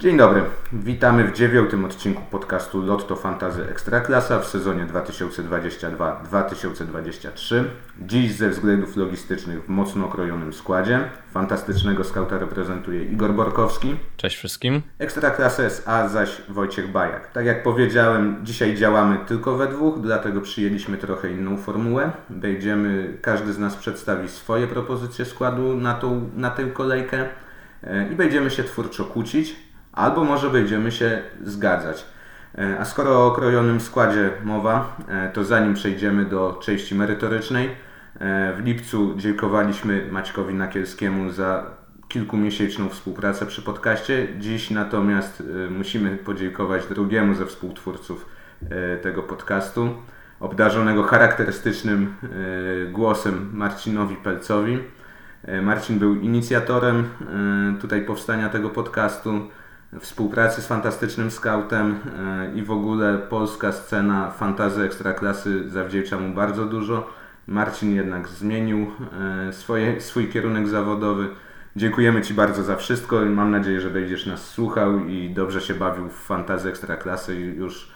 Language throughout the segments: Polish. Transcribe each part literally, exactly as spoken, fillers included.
Dzień dobry, witamy w dziewiątym odcinku podcastu Lotto Fantasy Ekstraklasa w sezonie dwa tysiące dwudziestym drugim dwa tysiące dwudziestym trzecim. Dziś ze względów logistycznych w mocno okrojonym składzie. Fantastycznego skauta reprezentuje Igor Borkowski. Cześć wszystkim. Ekstraklasę S A zaś Wojciech Bajak. Tak jak powiedziałem, dzisiaj działamy tylko we dwóch, dlatego przyjęliśmy trochę inną formułę. Wejdziemy, każdy z nas przedstawi swoje propozycje składu na, tą, na tę kolejkę i będziemy się twórczo kłócić. Albo może będziemy się zgadzać. A skoro o okrojonym składzie mowa, to zanim przejdziemy do części merytorycznej, w lipcu dziękowaliśmy Maćkowi Nakielskiemu za kilkumiesięczną współpracę przy podcaście. Dziś natomiast musimy podziękować drugiemu ze współtwórców tego podcastu, obdarzonego charakterystycznym głosem Marcinowi Pelcowi. Marcin był inicjatorem tutaj powstania tego podcastu, współpracy z fantastycznym skautem i w ogóle polska scena fantasy ekstraklasy zawdzięcza mu bardzo dużo. Marcin jednak zmienił swoje, swój kierunek zawodowy. Dziękujemy Ci bardzo za wszystko i mam nadzieję, że będziesz nas słuchał i dobrze się bawił w fantasy ekstraklasy już,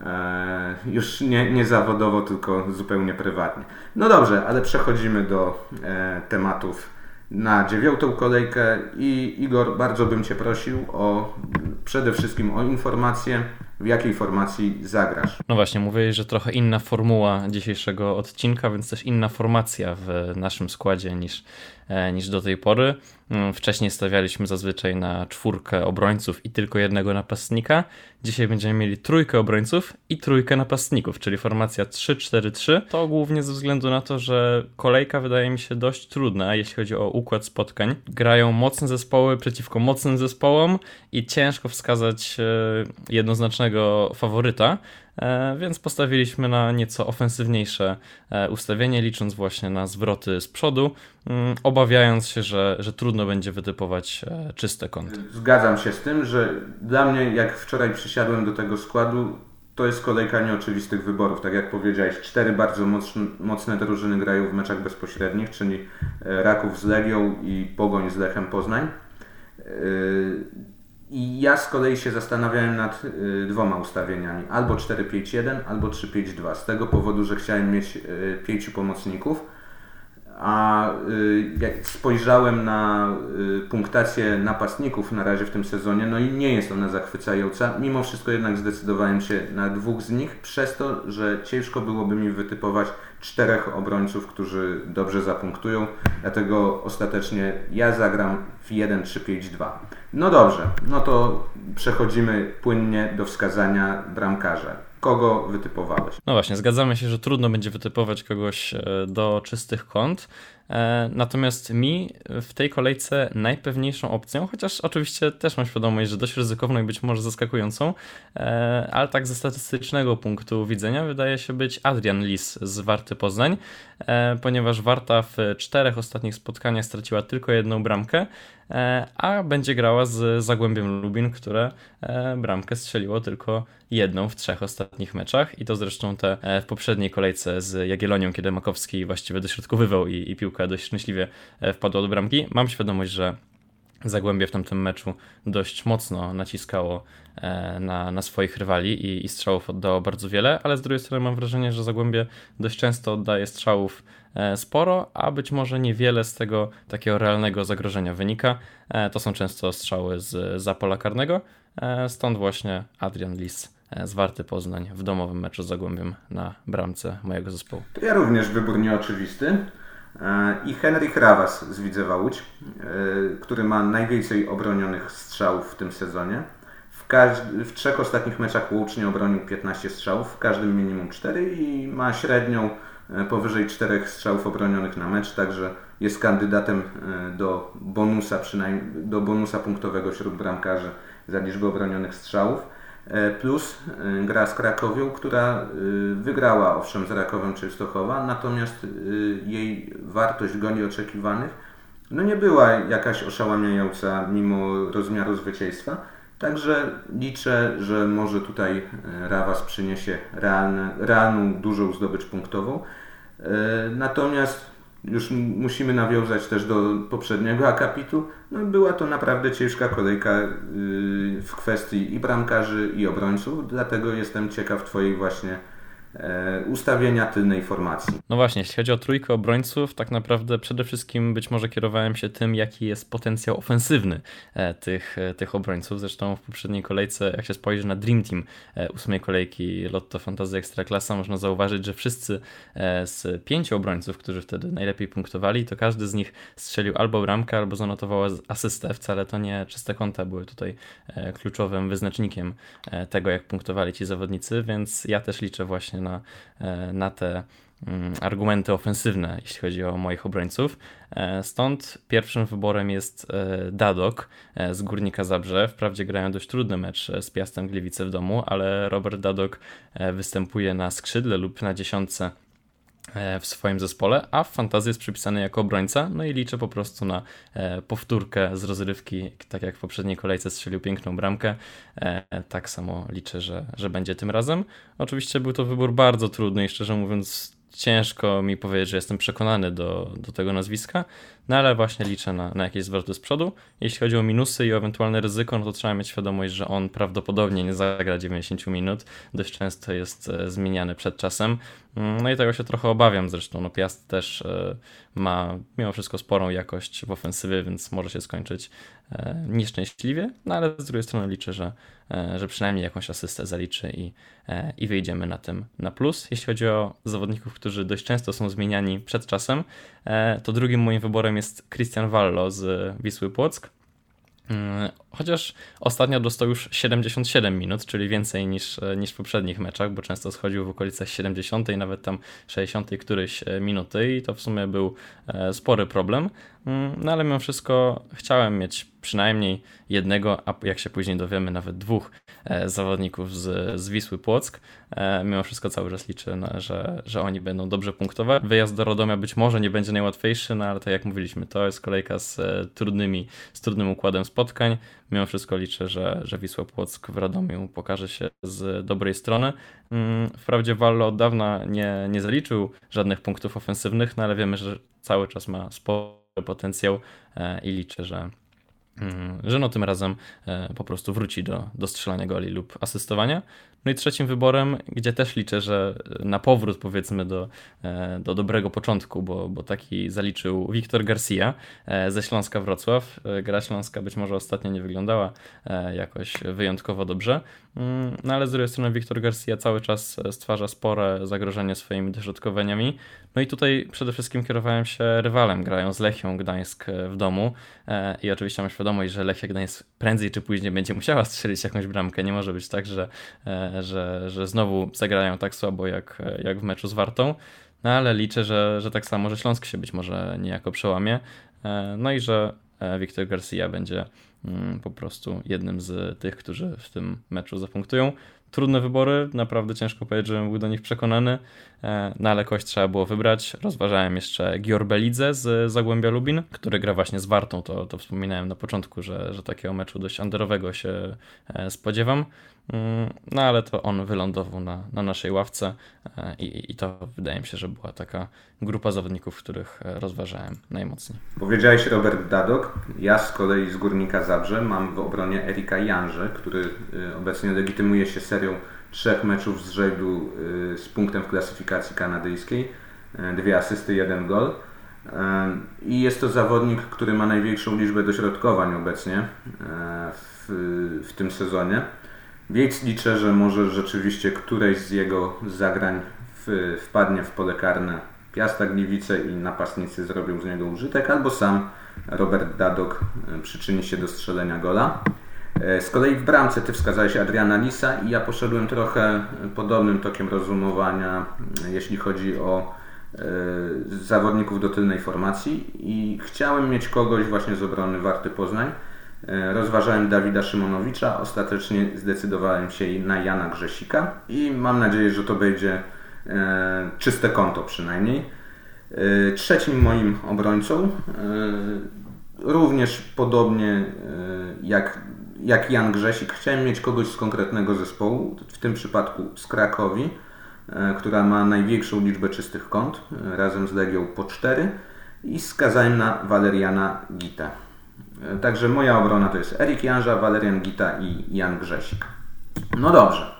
już nie, nie zawodowo, tylko zupełnie prywatnie. No dobrze, ale przechodzimy do tematów na dziewiątą kolejkę i Igor, bardzo bym Cię prosił o przede wszystkim o informację, w jakiej formacji zagrasz. No właśnie, mówię, że trochę inna formuła dzisiejszego odcinka, więc też inna formacja w naszym składzie niż, niż do tej pory. Wcześniej stawialiśmy zazwyczaj na czwórkę obrońców i tylko jednego napastnika. Dzisiaj będziemy mieli trójkę obrońców i trójkę napastników, czyli formacja trzy cztery trzy. To głównie ze względu na to, że kolejka wydaje mi się dość trudna, jeśli chodzi o układ spotkań. Grają mocne zespoły przeciwko mocnym zespołom i ciężko wskazać jednoznacznego faworyta, więc postawiliśmy na nieco ofensywniejsze ustawienie, licząc właśnie na zwroty z przodu, obawiając się, że, że trudno będzie wytypować czyste konto. Zgadzam się z tym, że dla mnie, jak wczoraj przysiadłem do tego składu, to jest kolejka nieoczywistych wyborów. Tak jak powiedziałeś, cztery bardzo mocne, mocne drużyny grają w meczach bezpośrednich, czyli Raków z Legią i Pogoń z Lechem Poznań. I ja z kolei się zastanawiałem nad y, dwoma ustawieniami, albo cztery pięć jeden, albo trzy pięć dwa, z tego powodu, że chciałem mieć y, pięciu pomocników, a y, jak spojrzałem na y, punktację napastników na razie w tym sezonie, no i nie jest ona zachwycająca, mimo wszystko jednak zdecydowałem się na dwóch z nich, przez to, że ciężko byłoby mi wytypować czterech obrońców, którzy dobrze zapunktują, dlatego ostatecznie ja zagram w jeden trzy pięć dwa. No dobrze, no to przechodzimy płynnie do wskazania bramkarza. Kogo wytypowałeś? No właśnie, zgadzamy się, że trudno będzie wytypować kogoś do czystych kont. Natomiast mi w tej kolejce najpewniejszą opcją, chociaż oczywiście też mam świadomość, że dość ryzykowną i być może zaskakującą, ale tak ze statystycznego punktu widzenia wydaje się być Adrian Lis z Warty Poznań, ponieważ Warta w czterech ostatnich spotkaniach straciła tylko jedną bramkę, a będzie grała z Zagłębiem Lubin, które bramkę strzeliło tylko jedną w trzech ostatnich meczach i to zresztą te w poprzedniej kolejce z Jagiellonią, kiedy Makowski właściwie dośrodkowywał i, i piłka dość szczęśliwie wpadła do bramki. Mam świadomość, że Zagłębie w tamtym meczu dość mocno naciskało na, na swoich rywali i, i strzałów oddało bardzo wiele, ale z drugiej strony mam wrażenie, że Zagłębie dość często oddaje strzałów sporo, a być może niewiele z tego takiego realnego zagrożenia wynika. To są często strzały z za pola karnego, stąd właśnie Adrian Lis z Warty Poznań w domowym meczu z Zagłębiem na bramce mojego zespołu. To ja również wybór nieoczywisty. I Henryk Rawas z Widzewa Łódź, który ma najwięcej obronionych strzałów w tym sezonie. W, każd- w trzech ostatnich meczach łącznie obronił piętnaście strzałów, w każdym minimum cztery i ma średnią powyżej czterech strzałów obronionych na mecz, także jest kandydatem do bonusa, przynajmniej do bonusa punktowego wśród bramkarzy za liczbę obronionych strzałów. Plus gra z Krakowią, która wygrała owszem z Rakowem Częstochowa, natomiast jej wartość goni oczekiwanych no nie była jakaś oszałamiająca mimo rozmiaru zwycięstwa. Także liczę, że może tutaj Rawas przyniesie realne, realną, dużą zdobycz punktową. Natomiast już musimy nawiązać też do poprzedniego akapitu. No, była to naprawdę ciężka kolejka w kwestii i bramkarzy, i obrońców, dlatego jestem ciekaw Twojej właśnie ustawienia tylnej formacji. No właśnie, jeśli chodzi o trójkę obrońców, tak naprawdę przede wszystkim być może kierowałem się tym, jaki jest potencjał ofensywny tych, tych obrońców. Zresztą w poprzedniej kolejce, jak się spojrzy na Dream Team ósmej kolejki Lotto Fantasy Ekstraklasa, można zauważyć, że wszyscy z pięciu obrońców, którzy wtedy najlepiej punktowali, to każdy z nich strzelił albo bramkę, albo zanotował asystę. Wcale to nie czyste konta były tutaj kluczowym wyznacznikiem tego, jak punktowali ci zawodnicy, więc ja też liczę właśnie na, na te argumenty ofensywne, jeśli chodzi o moich obrońców. Stąd pierwszym wyborem jest Dadok z Górnika Zabrze. Wprawdzie grają dość trudny mecz z Piastem Gliwice w domu, ale Robert Dadok występuje na skrzydle lub na dziesiątce w swoim zespole, a w fantazji jest przypisany jako obrońca, no i liczę po prostu na powtórkę z rozrywki, tak jak w poprzedniej kolejce strzelił piękną bramkę, tak samo liczę, że, że będzie tym razem. Oczywiście był to wybór bardzo trudny i szczerze mówiąc ciężko mi powiedzieć, że jestem przekonany do, do tego nazwiska, no ale właśnie liczę na, na jakieś zwroty z przodu. Jeśli chodzi o minusy i o ewentualne ryzyko, no to trzeba mieć świadomość, że on prawdopodobnie nie zagra dziewięćdziesiąt minut, dość często jest zmieniany przed czasem, no i tego się trochę obawiam zresztą, no Piast też ma mimo wszystko sporą jakość w ofensywie, więc może się skończyć nieszczęśliwie, no ale z drugiej strony liczę, że, że przynajmniej jakąś asystę zaliczy i, i wyjdziemy na tym na plus. Jeśli chodzi o zawodników, którzy dość często są zmieniani przed czasem, to drugim moim wyborem jest Christian Wallo z Wisły Płock. Chociaż ostatnio dostał już siedemdziesiąt siedem minut, czyli więcej niż, niż w poprzednich meczach, bo często schodził w okolicach siedemdziesiątej, nawet tam sześćdziesiątej którejś minuty i to w sumie był spory problem. No ale mimo wszystko chciałem mieć przynajmniej jednego, a jak się później dowiemy, nawet dwóch zawodników z, z Wisły Płock. Mimo wszystko cały czas liczę, na, że, że oni będą dobrze punktować. Wyjazd do Radomia być może nie będzie najłatwiejszy, no ale tak jak mówiliśmy, to jest kolejka z trudnymi, z trudnym układem spotkań. Mimo wszystko liczę, że, że Wisła Płock w Radomiu pokaże się z dobrej strony. Wprawdzie Wallo od dawna nie, nie zaliczył żadnych punktów ofensywnych, no ale wiemy, że cały czas ma spory potencjał i liczę, że że no tym razem po prostu wróci do, do strzelania goli lub asystowania. No i trzecim wyborem, gdzie też liczę, że na powrót powiedzmy do, do dobrego początku, bo, bo taki zaliczył Wiktor Garcia ze Śląska Wrocław. Gra śląska być może ostatnio nie wyglądała jakoś wyjątkowo dobrze, no ale z drugiej strony Wiktor Garcia cały czas stwarza spore zagrożenie swoimi dośrodkowaniami. No i tutaj przede wszystkim kierowałem się rywalem, grają z Lechią Gdańsk w domu i oczywiście mam świadomość, że Lechia Gdańsk prędzej czy później będzie musiała strzelić jakąś bramkę. Nie może być tak, że Że, że znowu zagrają tak słabo jak, jak w meczu z Wartą, no ale liczę, że, że tak samo, że Śląsk się być może niejako przełamie, no i że Wiktor Garcia będzie po prostu jednym z tych, którzy w tym meczu zapunktują. Trudne wybory, naprawdę ciężko powiedzieć, żebym był do nich przekonany, no ale kogoś trzeba było wybrać. Rozważałem jeszcze Giorbelidze z Zagłębia Lubin, który gra właśnie z Wartą, to, to wspominałem na początku, że, że takiego meczu dość underowego się spodziewam. No ale to on wylądował na, na naszej ławce i, i to wydaje mi się, że była taka grupa zawodników, których rozważałem najmocniej. Powiedziałeś Robert Dadok, ja z kolei z Górnika Zabrze mam w obronie Erika Janże, który obecnie legitymuje się serią trzech meczów z rzędu z punktem w klasyfikacji kanadyjskiej, dwie asysty, jeden gol. I jest to zawodnik, który ma największą liczbę dośrodkowań obecnie w, w tym sezonie. Więc liczę, że może rzeczywiście któreś z jego zagrań w, wpadnie w pole karne Piasta Gliwice i napastnicy zrobią z niego użytek, albo sam Robert Dadok przyczyni się do strzelenia gola. Z kolei w bramce Ty wskazałeś Adriana Lisa i ja poszedłem trochę podobnym tokiem rozumowania, jeśli chodzi o e, zawodników do tylnej formacji i chciałem mieć kogoś właśnie z obrony Warty Poznań. Rozważałem Dawida Szymonowicza, ostatecznie zdecydowałem się na Jana Grzesika i mam nadzieję, że to będzie e, czyste konto przynajmniej. E, trzecim moim obrońcą, e, również podobnie e, jak, jak Jan Grzesik, chciałem mieć kogoś z konkretnego zespołu, w tym przypadku z Krakowi, e, która ma największą liczbę czystych kąt, e, razem z Legią po cztery. i skazałem na Waleriana Gitę. Także moja obrona to jest Erik Janża, Walerian Gita i Jan Grzesik. No dobrze,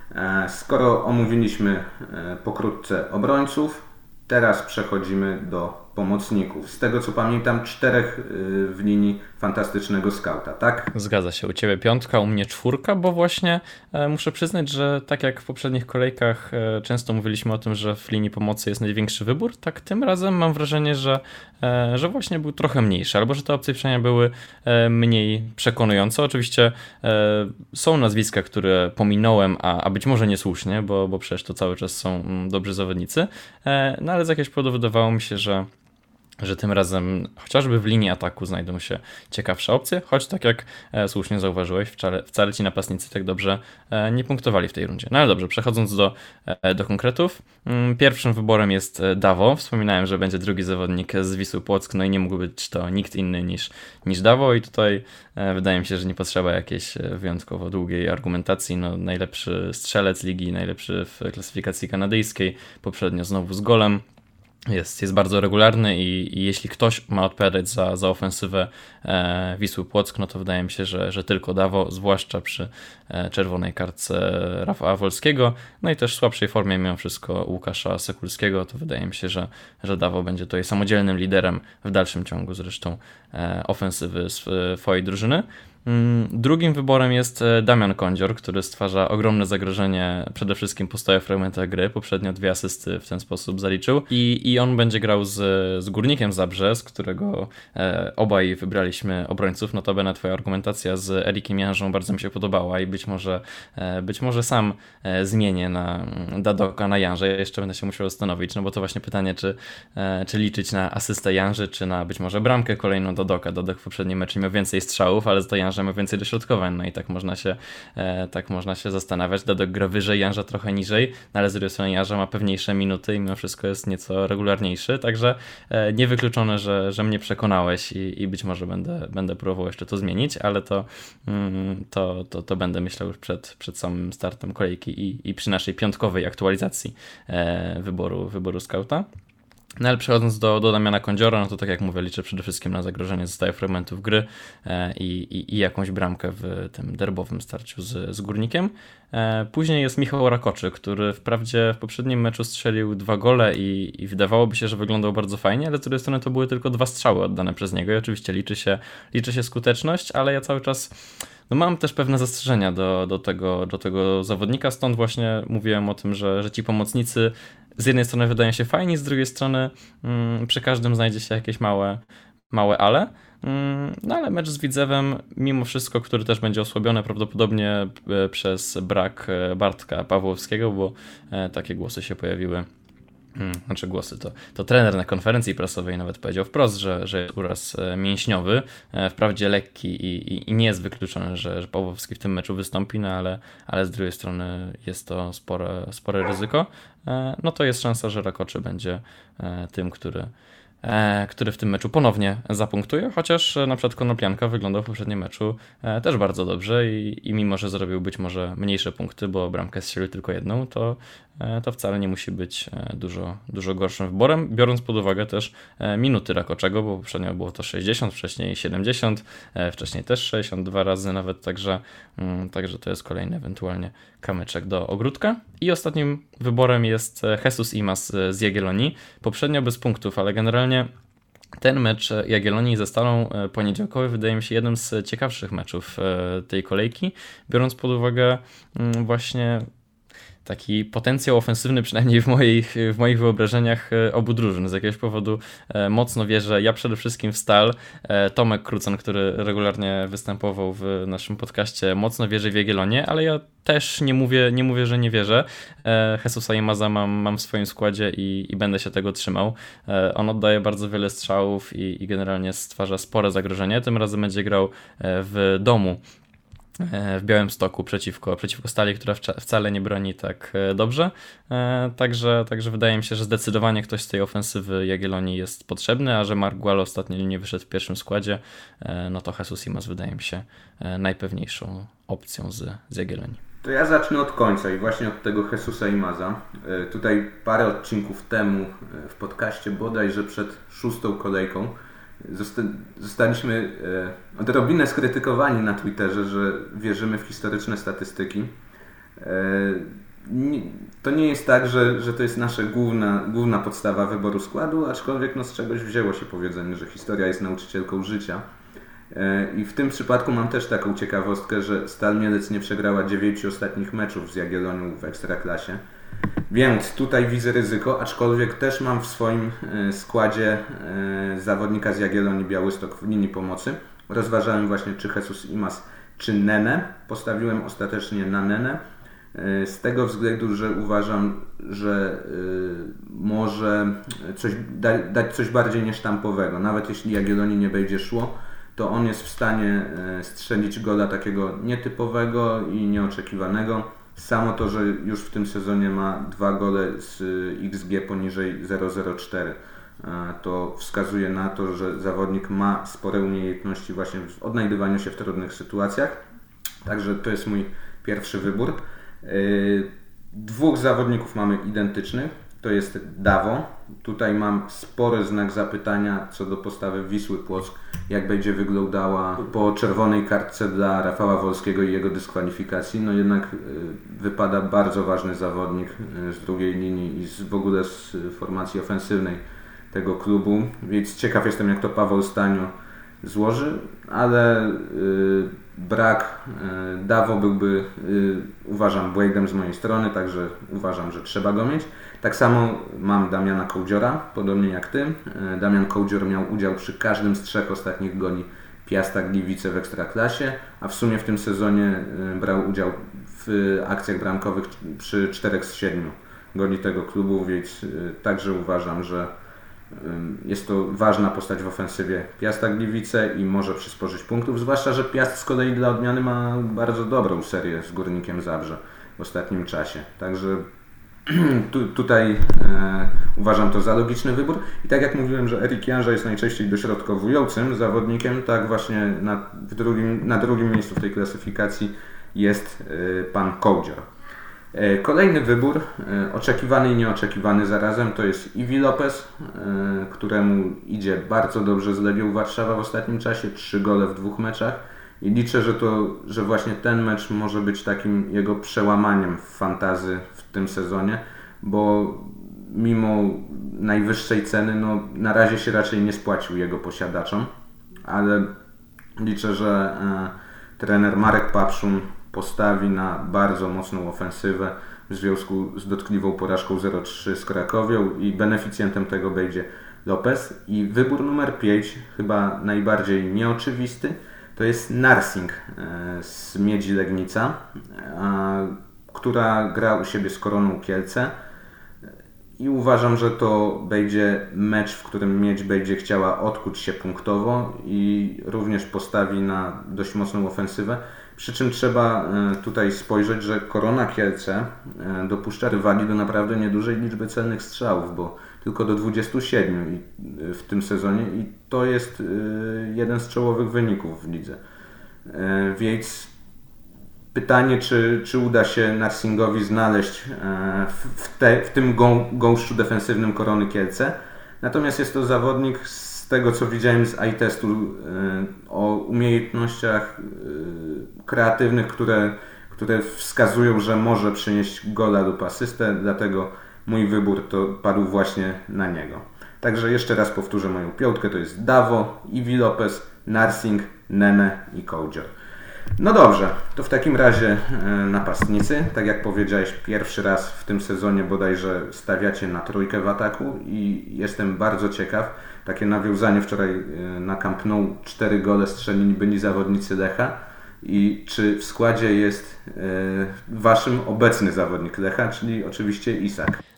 skoro omówiliśmy pokrótce obrońców, teraz przechodzimy do pomocników. Z tego co pamiętam, czterech w linii fantastycznego skauta, tak? Zgadza się, u Ciebie piątka, u mnie czwórka, bo właśnie e, muszę przyznać, że tak jak w poprzednich kolejkach e, często mówiliśmy o tym, że w linii pomocy jest największy wybór, tak tym razem mam wrażenie, że, e, że właśnie był trochę mniejszy, albo że te opcje przynajmniej były e, mniej przekonujące. Oczywiście e, są nazwiska, które pominąłem, a, a być może niesłusznie, bo, bo przecież to cały czas są mm, dobrzy zawodnicy, e, no ale z jakiegoś powodu wydawało mi się, że że tym razem chociażby w linii ataku znajdą się ciekawsze opcje, choć tak jak e, słusznie zauważyłeś, wcale, wcale ci napastnicy tak dobrze e, nie punktowali w tej rundzie. No ale dobrze, przechodząc do, e, do konkretów, mm, pierwszym wyborem jest Dawo. Wspominałem, że będzie drugi zawodnik z Wisły Płock, no i nie mógł być to nikt inny niż, niż Dawo i tutaj e, wydaje mi się, że nie potrzeba jakiejś wyjątkowo długiej argumentacji. No, najlepszy strzelec ligi, najlepszy w klasyfikacji kanadyjskiej, poprzednio znowu z golem. Jest, jest bardzo regularny i, i jeśli ktoś ma odpowiadać za, za ofensywę e, Wisły Płock, no to wydaje mi się, że, że tylko Dawo, zwłaszcza przy e, czerwonej kartce Rafała Wolskiego, no i też w słabszej formie mimo wszystko Łukasza Sekulskiego, to wydaje mi się, że, że Dawo będzie tutaj samodzielnym liderem w dalszym ciągu zresztą e, ofensywy swojej drużyny. Drugim wyborem jest Damian Kondzior, który stwarza ogromne zagrożenie przede wszystkim po stałych fragmentach gry. Poprzednio dwie asysty w ten sposób zaliczył i, i on będzie grał z, z Górnikiem Zabrze, z którego e, obaj wybraliśmy obrońców. Notabene twoja argumentacja z Erikiem Janżą bardzo mi się podobała i być może, e, być może sam e, zmienię na Dadoka na Janżę. Ja jeszcze będę się musiał zastanowić, no bo to właśnie pytanie, czy, e, czy liczyć na asystę Janży, czy na być może bramkę kolejną Dadoka. Dadok w poprzednim meczu miał więcej strzałów, ale to Janża ma więcej dośrodkowań, no i tak można się e, tak można się zastanawiać. Dadok gra wyżej, Janża trochę niżej, no ale z drugiej strony Janża ma pewniejsze minuty i mimo wszystko jest nieco regularniejszy, także e, niewykluczone, że, że mnie przekonałeś i, i być może będę, będę próbował jeszcze to zmienić, ale to, mm, to, to, to będę myślał już przed, przed samym startem kolejki i, i przy naszej piątkowej aktualizacji e, wyboru, wyboru skauta. No ale przechodząc do, do Damiana Kondziora, no to tak jak mówię, liczę przede wszystkim na zagrożenie ze stałych fragmentów gry e, i, i jakąś bramkę w tym derbowym starciu z, z Górnikiem. E, później jest Michał Rakoczy, który wprawdzie w poprzednim meczu strzelił dwa gole i, i wydawałoby się, że wyglądał bardzo fajnie, ale z drugiej strony to były tylko dwa strzały oddane przez niego i oczywiście liczy się, liczy się skuteczność, ale ja cały czas no mam też pewne zastrzeżenia do, do, tego, do tego zawodnika, stąd właśnie mówiłem o tym, że, że ci pomocnicy z jednej strony wydają się fajni, z drugiej strony mm, przy każdym znajdzie się jakieś małe, małe ale. Mm, no ale mecz z Widzewem, mimo wszystko, który też będzie osłabiony prawdopodobnie e, przez brak e, Bartka Pawłowskiego, bo e, takie głosy się pojawiły. Hmm, znaczy głosy, to, to trener na konferencji prasowej nawet powiedział wprost, że, że jest uraz mięśniowy, wprawdzie lekki i, i, i nie jest wykluczone, że, że Pawłowski w tym meczu wystąpi, no ale, ale z drugiej strony jest to spore, spore ryzyko, no to jest szansa, że Rakoczy będzie tym, który E, który w tym meczu ponownie zapunktuje, chociaż na przykład Konoplianka wyglądał w poprzednim meczu e, też bardzo dobrze i, i mimo, że zrobił być może mniejsze punkty, bo bramkę strzelił tylko jedną, to, e, to wcale nie musi być e, dużo, dużo gorszym wyborem, biorąc pod uwagę też e, minuty Rakoczego, bo poprzednio było to sześćdziesiąt, wcześniej siedemdziesiąt, e, wcześniej też sześćdziesiąt dwa razy nawet, także, mm, także to jest kolejny ewentualnie kamyczek do ogródka. I ostatnim wyborem jest Jesus Imas z Jagiellonii, poprzednio bez punktów, ale generalnie ten mecz Jagiellonii ze Stalą poniedziałkowy wydaje mi się jednym z ciekawszych meczów tej kolejki, biorąc pod uwagę właśnie taki potencjał ofensywny, przynajmniej w moich, w moich wyobrażeniach obu drużyn. Z jakiegoś powodu mocno wierzę, ja przede wszystkim w Stal, Tomek Krucen, który regularnie występował w naszym podcaście, mocno wierzy w Jagiellonię, ale ja też nie mówię, nie mówię, że nie wierzę. Jesusa Imaza mam, mam w swoim składzie i, i będę się tego trzymał. On oddaje bardzo wiele strzałów i, i generalnie stwarza spore zagrożenie. Tym razem będzie grał w domu w Białymstoku przeciwko, przeciwko Stali, która wcale nie broni tak dobrze. Także, także wydaje mi się, że zdecydowanie ktoś z tej ofensywy Jagiellonii jest potrzebny, a że Mark Gual ostatnio nie wyszedł w pierwszym składzie, no to Jesus Imas wydaje mi się najpewniejszą opcją z, z Jagiellonii. To ja zacznę od końca i właśnie od tego Jesusa Imaza. Tutaj parę odcinków temu w podcaście bodajże przed szóstą kolejką zostaliśmy odrobinę skrytykowani na Twitterze, że wierzymy w historyczne statystyki. To nie jest tak, że, że to jest nasza główna, główna podstawa wyboru składu, aczkolwiek no z czegoś wzięło się powiedzenie, że historia jest nauczycielką życia. I w tym przypadku mam też taką ciekawostkę, że Stal Mielec nie przegrała dziewięciu ostatnich meczów z Jagiellonią w Ekstraklasie. Więc tutaj widzę ryzyko, aczkolwiek też mam w swoim składzie zawodnika z Jagiellonii Białystok w linii pomocy. Rozważałem właśnie, czy Jesus Imaz, czy Nene. Postawiłem ostatecznie na Nene. Z tego względu, że uważam, że może coś, dać coś bardziej niesztampowego. Nawet jeśli Jagiellonii nie będzie szło, to on jest w stanie strzelić gola takiego nietypowego i nieoczekiwanego. Samo to, że już w tym sezonie ma dwa gole z X G poniżej zero przecinek zero cztery, to wskazuje na to, że zawodnik ma spore umiejętności właśnie w odnajdywaniu się w trudnych sytuacjach. Także to jest mój pierwszy wybór. Dwóch zawodników mamy identycznych. To jest Dawo. Tutaj mam spory znak zapytania co do postawy Wisły Płock. Jak będzie wyglądała po czerwonej kartce dla Rafała Wolskiego i jego dyskwalifikacji. No jednak wypada bardzo ważny zawodnik z drugiej linii i z, w ogóle z formacji ofensywnej tego klubu. Więc ciekaw jestem, jak to Paweł Stanio złoży, ale yy, brak yy, Dawo byłby, yy, uważam, błędem z mojej strony, także uważam, że trzeba go mieć. Tak samo mam Damiana Kołdziora, podobnie jak Ty. Yy, Damian Kołdzior miał udział przy każdym z trzech ostatnich goli Piasta Gliwice w Ekstraklasie, a w sumie w tym sezonie yy, brał udział w akcjach bramkowych przy czterech z siedmiu goli tego klubu, więc yy, także uważam, że jest to ważna postać w ofensywie Piasta Gliwice i może przysporzyć punktów, zwłaszcza, że Piast z kolei dla odmiany ma bardzo dobrą serię z Górnikiem Zabrze w ostatnim czasie. Także tu, tutaj e, uważam to za logiczny wybór. I tak jak mówiłem, że Erik Janża jest najczęściej dośrodkowującym zawodnikiem, tak właśnie na, w drugim, na drugim miejscu w tej klasyfikacji jest e, pan Kołdzior. Kolejny wybór, oczekiwany i nieoczekiwany zarazem, to jest Iwi Lopez, któremu idzie bardzo dobrze z Legią Warszawa w ostatnim czasie, trzy gole w dwóch meczach i liczę, że, to, że właśnie ten mecz może być takim jego przełamaniem w fantasy w tym sezonie, bo mimo najwyższej ceny no, na razie się raczej nie spłacił jego posiadaczom, ale liczę, że e, trener Marek Papszun postawi na bardzo mocną ofensywę w związku z dotkliwą porażką zero trzy z Krakowią i beneficjentem tego będzie Lopez. I wybór numer pięć, chyba najbardziej nieoczywisty, to jest Narsing z Miedzi Legnica, która gra u siebie z Koroną Kielce i uważam, że to będzie mecz, w którym Miedź będzie chciała odkuć się punktowo i również postawi na dość mocną ofensywę. Przy czym trzeba tutaj spojrzeć, że Korona Kielce dopuszcza rywali do naprawdę niedużej liczby celnych strzałów, bo tylko do dwudziestu siedmiu w tym sezonie i to jest jeden z czołowych wyników w lidze. Więc pytanie, czy, czy uda się Narsingowi znaleźć w, te, w tym gą, gąszczu defensywnym Korony Kielce. Natomiast jest to zawodnik z tego, co widziałem z eye testu o umiejętnościach kreatywnych, które, które wskazują, że może przynieść gola lub asystę, dlatego mój wybór to padł właśnie na niego. Także jeszcze raz powtórzę moją piątkę, to jest Dawo, Iwi Lopez, Narsing, Nene i Kołdzior. No dobrze, to w takim razie napastnicy. Tak jak powiedziałeś, pierwszy raz w tym sezonie bodajże stawiacie na trójkę w ataku i jestem bardzo ciekaw. Takie nawiązanie wczoraj na Camp Nou, cztery gole strzelili byli zawodnicy Lecha. I czy w składzie jest e, waszym obecny zawodnik Lecha, czyli oczywiście Isak?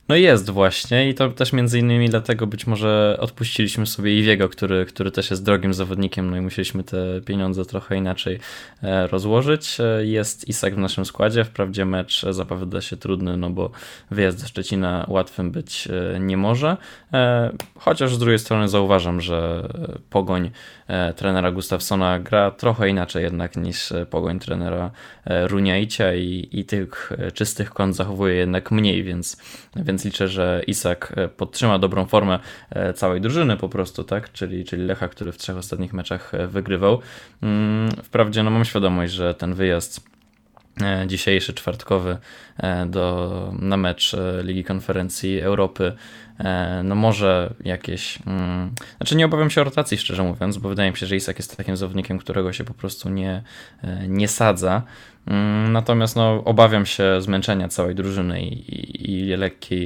No jest właśnie i to też między innymi dlatego być może odpuściliśmy sobie Iwiego, który, który też jest drogim zawodnikiem, no i musieliśmy te pieniądze trochę inaczej e, rozłożyć. E, Jest Isak w naszym składzie, wprawdzie mecz zapowiada się trudny, no bo wyjazd do Szczecina łatwym być e, nie może, E, chociaż z drugiej strony zauważam, że Pogoń e, trenera Gustafsona gra trochę inaczej jednak niż e, Pogoń trenera e, Runiaicia i, i tych e, czystych kąt zachowuje jednak mniej, więc, więc liczę, że Isak e, podtrzyma dobrą formę e, całej drużyny po prostu, tak? Czyli, czyli Lecha, który w trzech ostatnich meczach e, wygrywał. Mm, Wprawdzie no mam świadomość, że ten wyjazd e, dzisiejszy, czwartkowy e, do, na mecz e, Ligi Konferencji Europy e, no może jakieś, mm, znaczy nie obawiam się o rotacji, szczerze mówiąc, bo wydaje mi się, że Isak jest takim zawodnikiem, którego się po prostu nie, e, nie sadza. Mm, Natomiast no, obawiam się zmęczenia całej drużyny i, i, i lekkiej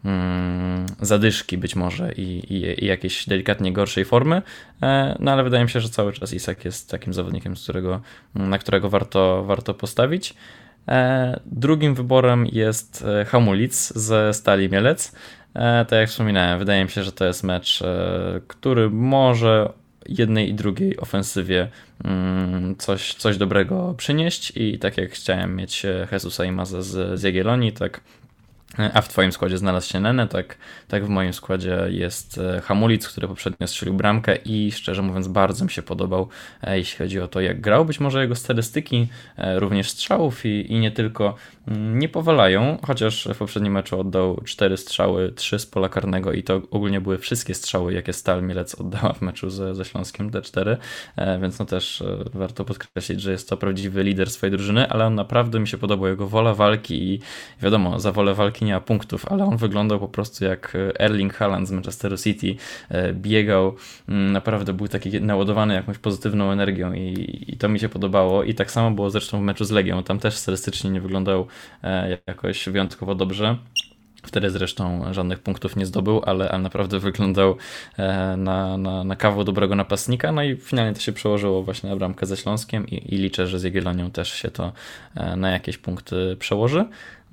mm, zadyszki być może i, i, i jakiejś delikatnie gorszej formy, e, no ale wydaje mi się, że cały czas Isak jest takim zawodnikiem, z którego, na którego warto, warto postawić. E, Drugim wyborem jest e, Hamulic ze Stali Mielec. E, Tak jak wspominałem, wydaje mi się, że to jest mecz, e, który może jednej i drugiej ofensywie mm, coś, coś dobrego przynieść i tak jak chciałem mieć e, Jesusa i Mazę z, z Jagiellonii, tak a w twoim składzie znalazł się Nene, tak, tak w moim składzie jest e, Hamulic, który poprzednio strzelił bramkę i szczerze mówiąc bardzo mi się podobał, e, jeśli chodzi o to, jak grał. Być może jego statystyki e, również strzałów i, i nie tylko mm, nie powalają, chociaż w poprzednim meczu oddał cztery strzały, trzy z pola karnego i to ogólnie były wszystkie strzały, jakie Stal Mielec oddała w meczu ze, ze Śląskiem, te cztery, e, więc no też e, warto podkreślić, że jest to prawdziwy lider swojej drużyny, ale on naprawdę mi się podobał, jego wola walki i wiadomo, za wolę walki nie ma punktów, ale on wyglądał po prostu jak Erling Haaland z Manchesteru City, biegał, naprawdę był taki naładowany jakąś pozytywną energią i, i to mi się podobało i tak samo było zresztą w meczu z Legią, tam też statystycznie nie wyglądał jakoś wyjątkowo dobrze. Wtedy zresztą żadnych punktów nie zdobył, ale, ale naprawdę wyglądał na, na, na kawał dobrego napastnika. No i finalnie to się przełożyło właśnie na bramkę ze Śląskiem i, i liczę, że z Jagiellonią też się to na jakieś punkty przełoży.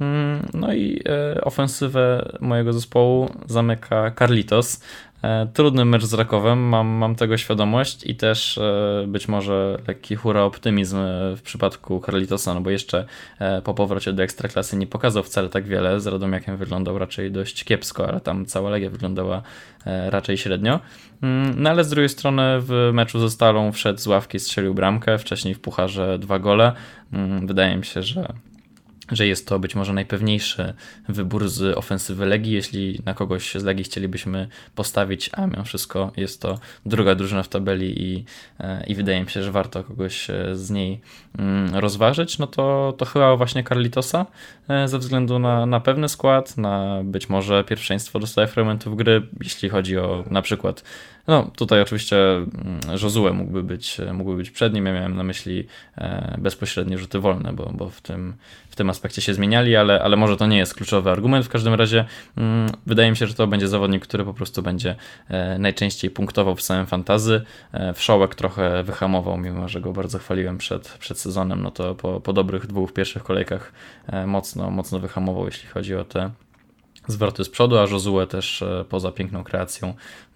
No i ofensywę mojego zespołu zamyka Carlitos. Trudny mecz z Rakowem, mam, mam tego świadomość i też być może lekki hura optymizm w przypadku Carlitosa, no bo jeszcze po powrocie do Ekstraklasy nie pokazał wcale tak wiele, z Radomiakiem wyglądał raczej dość kiepsko, ale tam cała Legia wyglądała raczej średnio. No ale z drugiej strony w meczu ze Stalą wszedł z ławki, strzelił bramkę, wcześniej w pucharze dwa gole. Wydaje mi się, że że jest to być może najpewniejszy wybór z ofensywy Legii, jeśli na kogoś z Legii chcielibyśmy postawić, a mimo wszystko jest to druga drużyna w tabeli i, i wydaje mi się, że warto kogoś z niej rozważyć, no to, to chyba właśnie Carlitosa ze względu na, na pewny skład, na być może pierwszeństwo do stałych fragmentów gry, jeśli chodzi o na przykład, no tutaj oczywiście Josue mógłby być, mógłby być przed nim, ja miałem na myśli bezpośrednie rzuty wolne, bo, bo w tym w tym aspekcie się zmieniali, ale, ale może to nie jest kluczowy argument. W każdym razie mm, wydaje mi się, że to będzie zawodnik, który po prostu będzie e, najczęściej punktował w samym fantasy. E, Wszołek trochę wyhamował, mimo że go bardzo chwaliłem przed, przed sezonem, no to po, po dobrych dwóch pierwszych kolejkach e, mocno, mocno wyhamował, jeśli chodzi o te zwroty z przodu, a Josue też poza piękną kreacją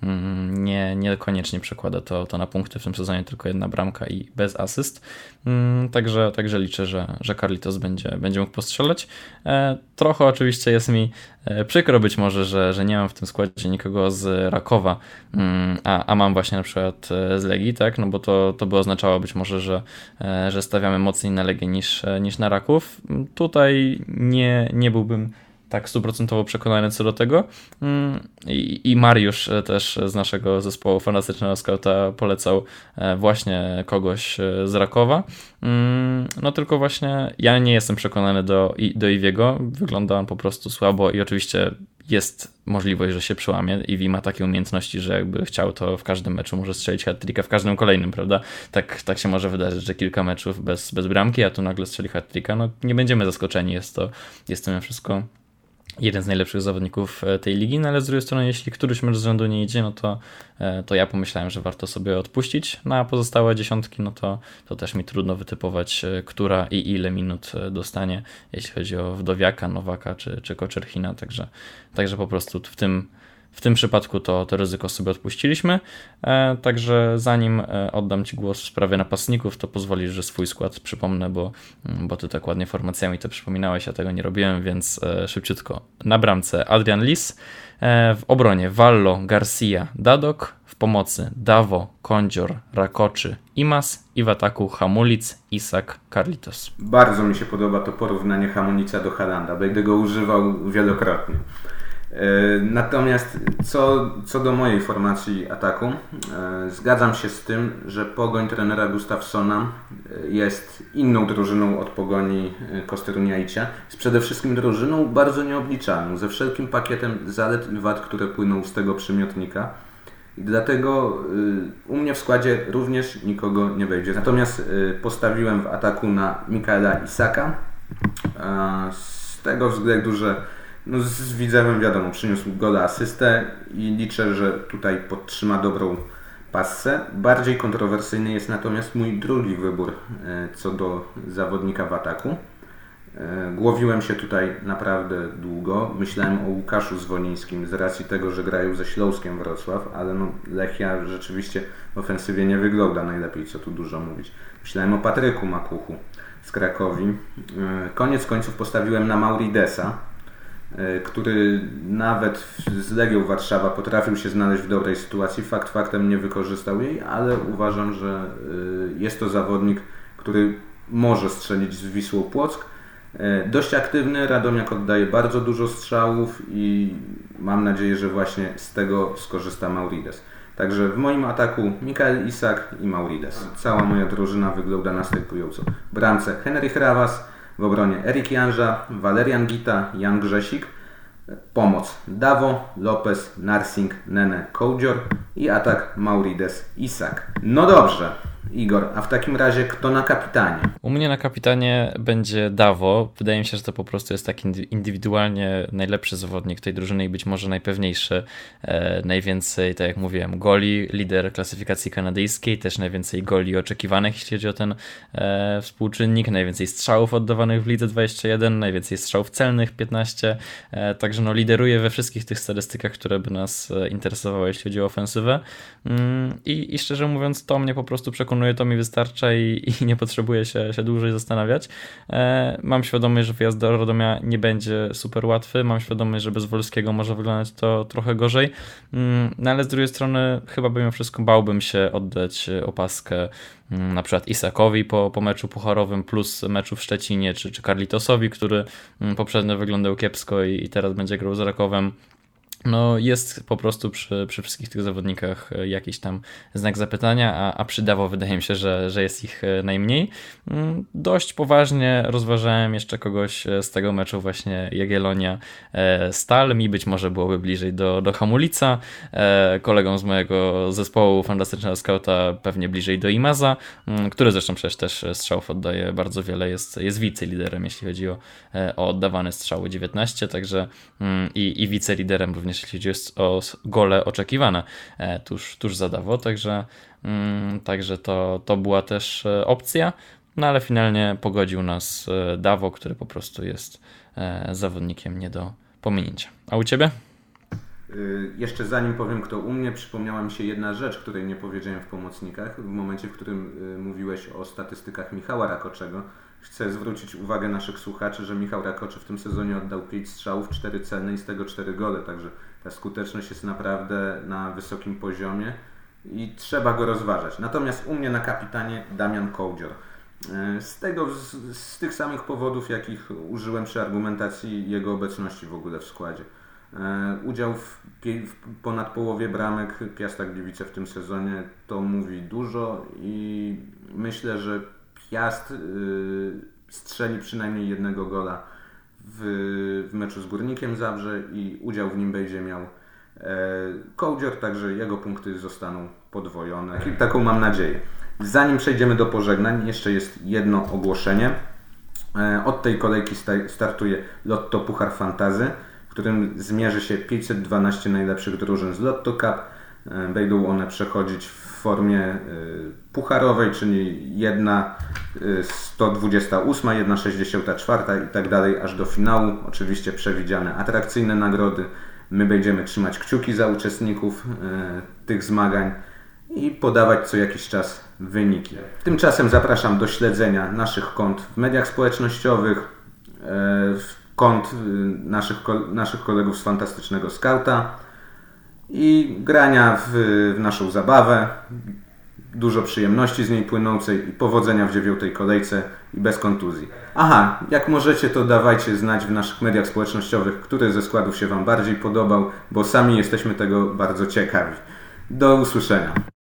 nie, niekoniecznie przekłada to, to na punkty w tym sezonie, tylko jedna bramka i bez asyst. Także, także liczę, że, że Carlitos będzie, będzie mógł postrzelać. Trochę oczywiście jest mi przykro być może, że, że nie mam w tym składzie nikogo z Rakowa, a, a mam właśnie na przykład z Legii, tak? No bo to, to by oznaczało być może, że, że stawiamy mocniej na Legię niż, niż na Raków. Tutaj nie, nie byłbym tak stuprocentowo przekonany co do tego. I, I Mariusz też z naszego zespołu Fantastycznego Skauta polecał właśnie kogoś z Rakowa. No tylko właśnie ja nie jestem przekonany do, do Iwiego. Wygląda on po prostu słabo i oczywiście jest możliwość, że się przełamie. Iwi ma takie umiejętności, że jakby chciał, to w każdym meczu może strzelić hat-tricka, w każdym kolejnym, prawda? Tak, tak się może wydarzyć, że kilka meczów bez, bez bramki, a tu nagle strzeli hat-tricka. No nie będziemy zaskoczeni, jest to, jest to mimo wszystko jeden z najlepszych zawodników tej ligi, no ale z drugiej strony, jeśli któryś mecz z rzędu nie idzie, no to, to ja pomyślałem, że warto sobie odpuścić, no a pozostałe dziesiątki, no to, to też mi trudno wytypować, która i ile minut dostanie, jeśli chodzi o Wdowiaka, Nowaka czy, czy Koczerchina, także, także po prostu w tym W tym przypadku to, to ryzyko sobie odpuściliśmy, e, także zanim oddam Ci głos w sprawie napastników, to pozwolisz, że swój skład przypomnę, bo, bo Ty tak ładnie formacjami to przypominałeś, ja tego nie robiłem, więc e, szybciutko. Na bramce Adrian Lis, e, w obronie Wallo, Garcia, Dadok, w pomocy Davo, Kondzior, Rakoczy, Imas i w ataku Hamulic, Isak, Carlitos. Bardzo mi się podoba to porównanie Hamulica do Haalanda, będę go używał wielokrotnie. Natomiast co, co do mojej formacji ataku, zgadzam się z tym, że Pogoń trenera Gustafssona jest inną drużyną od Pogoni Kostruniaicia. Jest przede wszystkim drużyną bardzo nieobliczalną, ze wszelkim pakietem zalet i wad, które płyną z tego przymiotnika. I dlatego u mnie w składzie również nikogo nie wejdzie. Natomiast postawiłem w ataku na Mikaela Isaka z tego względu, że no z Widzewem wiadomo, przyniósł gola, asystę i liczę, że tutaj podtrzyma dobrą passę. Bardziej kontrowersyjny jest natomiast mój drugi wybór co do zawodnika w ataku. Głowiłem się tutaj naprawdę długo. Myślałem o Łukaszu Zwolińskim z racji tego, że grają ze Śląskiem Wrocław, ale no Lechia rzeczywiście w ofensywie nie wygląda najlepiej, co tu dużo mówić. Myślałem o Patryku Makuchu z Krakowi. Koniec końców postawiłem na Mauridesa, który nawet z Legią Warszawa potrafił się znaleźć w dobrej sytuacji. Fakt faktem nie wykorzystał jej, ale uważam, że jest to zawodnik, który może strzelić z Wisłą Płock. Dość aktywny, Radomiak oddaje bardzo dużo strzałów i mam nadzieję, że właśnie z tego skorzysta Maurides. Także w moim ataku Mikael Isak i Maurides. Cała moja drużyna wygląda następująco. W bramce Henryk Rawas, w obronie Erik Janża, Walerian Gita, Jan Grzesik. Pomoc Davo, Lopez, Narsing, Nene, Kołdzior i atak Maurides, Isak. No dobrze, Igor, a w takim razie kto na kapitanie? U mnie na kapitanie będzie Davo. Wydaje mi się, że to po prostu jest taki indywidualnie najlepszy zawodnik tej drużyny i być może najpewniejszy. E, najwięcej, tak jak mówiłem, goli, lider klasyfikacji kanadyjskiej, też najwięcej goli oczekiwanych, jeśli chodzi o ten e, współczynnik, najwięcej strzałów oddawanych w lidze dwadzieścia jeden, najwięcej strzałów celnych piętnaście, e, także no lideruje we wszystkich tych statystykach, które by nas interesowały, jeśli chodzi o ofensywę. Mm, i, I szczerze mówiąc, to mnie po prostu przekonuje, to mi wystarcza i, i nie potrzebuję się, się dłużej zastanawiać. E, mam świadomość, że wyjazd do Radomia nie będzie super łatwy, mam świadomość, że bez Wolskiego może wyglądać to trochę gorzej, mm, no ale z drugiej strony chyba mimo wszystko bałbym się oddać opaskę mm, na przykład Isakowi po, po meczu pucharowym plus meczu w Szczecinie, czy, czy Carlitosowi, który mm, poprzednio wyglądał kiepsko i, i teraz będzie grał z Rakowem. No jest po prostu przy, przy wszystkich tych zawodnikach jakiś tam znak zapytania, a, a przy Davo wydaje mi się, że, że jest ich najmniej. Dość poważnie rozważałem jeszcze kogoś z tego meczu właśnie Jagiellonia Stal. Mi być może byłoby bliżej do, do Hamulica, kolegom z mojego zespołu Fantastycznego Skauta pewnie bliżej do Imaza, który zresztą przecież też strzałów oddaje bardzo wiele, jest, jest wiceliderem jeśli chodzi o, o oddawane strzały dziewiętnaście, także i, i wiceliderem również jeśli chodzi o gole oczekiwane tuż, tuż za Davo, także, mm, także to, to była też opcja, no ale finalnie pogodził nas Davo, który po prostu jest zawodnikiem nie do pominięcia. A u Ciebie? Jeszcze zanim powiem kto u mnie, przypomniała mi się jedna rzecz, której nie powiedziałem w pomocnikach, w momencie, w którym mówiłeś o statystykach Michała Rakoczego. Chcę zwrócić uwagę naszych słuchaczy, że Michał Rakoczy w tym sezonie oddał pięć strzałów, cztery celne i z tego cztery gole, także ta skuteczność jest naprawdę na wysokim poziomie i trzeba go rozważać. Natomiast u mnie na kapitanie Damian Kołdzior. Z, tego, z, z tych samych powodów, jakich użyłem przy argumentacji jego obecności w ogóle w składzie. Udział w, w ponad połowie bramek Piasta Gliwice w tym sezonie to mówi dużo i myślę, że Piast y, strzeli przynajmniej jednego gola w, w meczu z Górnikiem Zabrze i udział w nim będzie miał e, Kołdzior, także jego punkty zostaną podwojone. I taką mam nadzieję. Zanim przejdziemy do pożegnań, jeszcze jest jedno ogłoszenie. E, od tej kolejki sta- startuje Lotto Puchar Fantazy, w którym zmierzy się pięćset dwanaście najlepszych drużyn z Lotto Cup. Będą one przechodzić w formie pucharowej, czyli jedna sto dwudziesta ósma, jedna sześćdziesiąta czwarta i tak dalej, aż do finału. Oczywiście przewidziane atrakcyjne nagrody. My będziemy trzymać kciuki za uczestników tych zmagań i podawać co jakiś czas wyniki. Tymczasem zapraszam do śledzenia naszych kont w mediach społecznościowych, kont naszych, naszych kolegów z Fantastycznego Skauta i grania w, w naszą zabawę. Dużo przyjemności z niej płynącej i powodzenia w dziewiątej kolejce i bez kontuzji. Aha, jak możecie, to dawajcie znać w naszych mediach społecznościowych, który ze składów się Wam bardziej podobał, bo sami jesteśmy tego bardzo ciekawi. Do usłyszenia.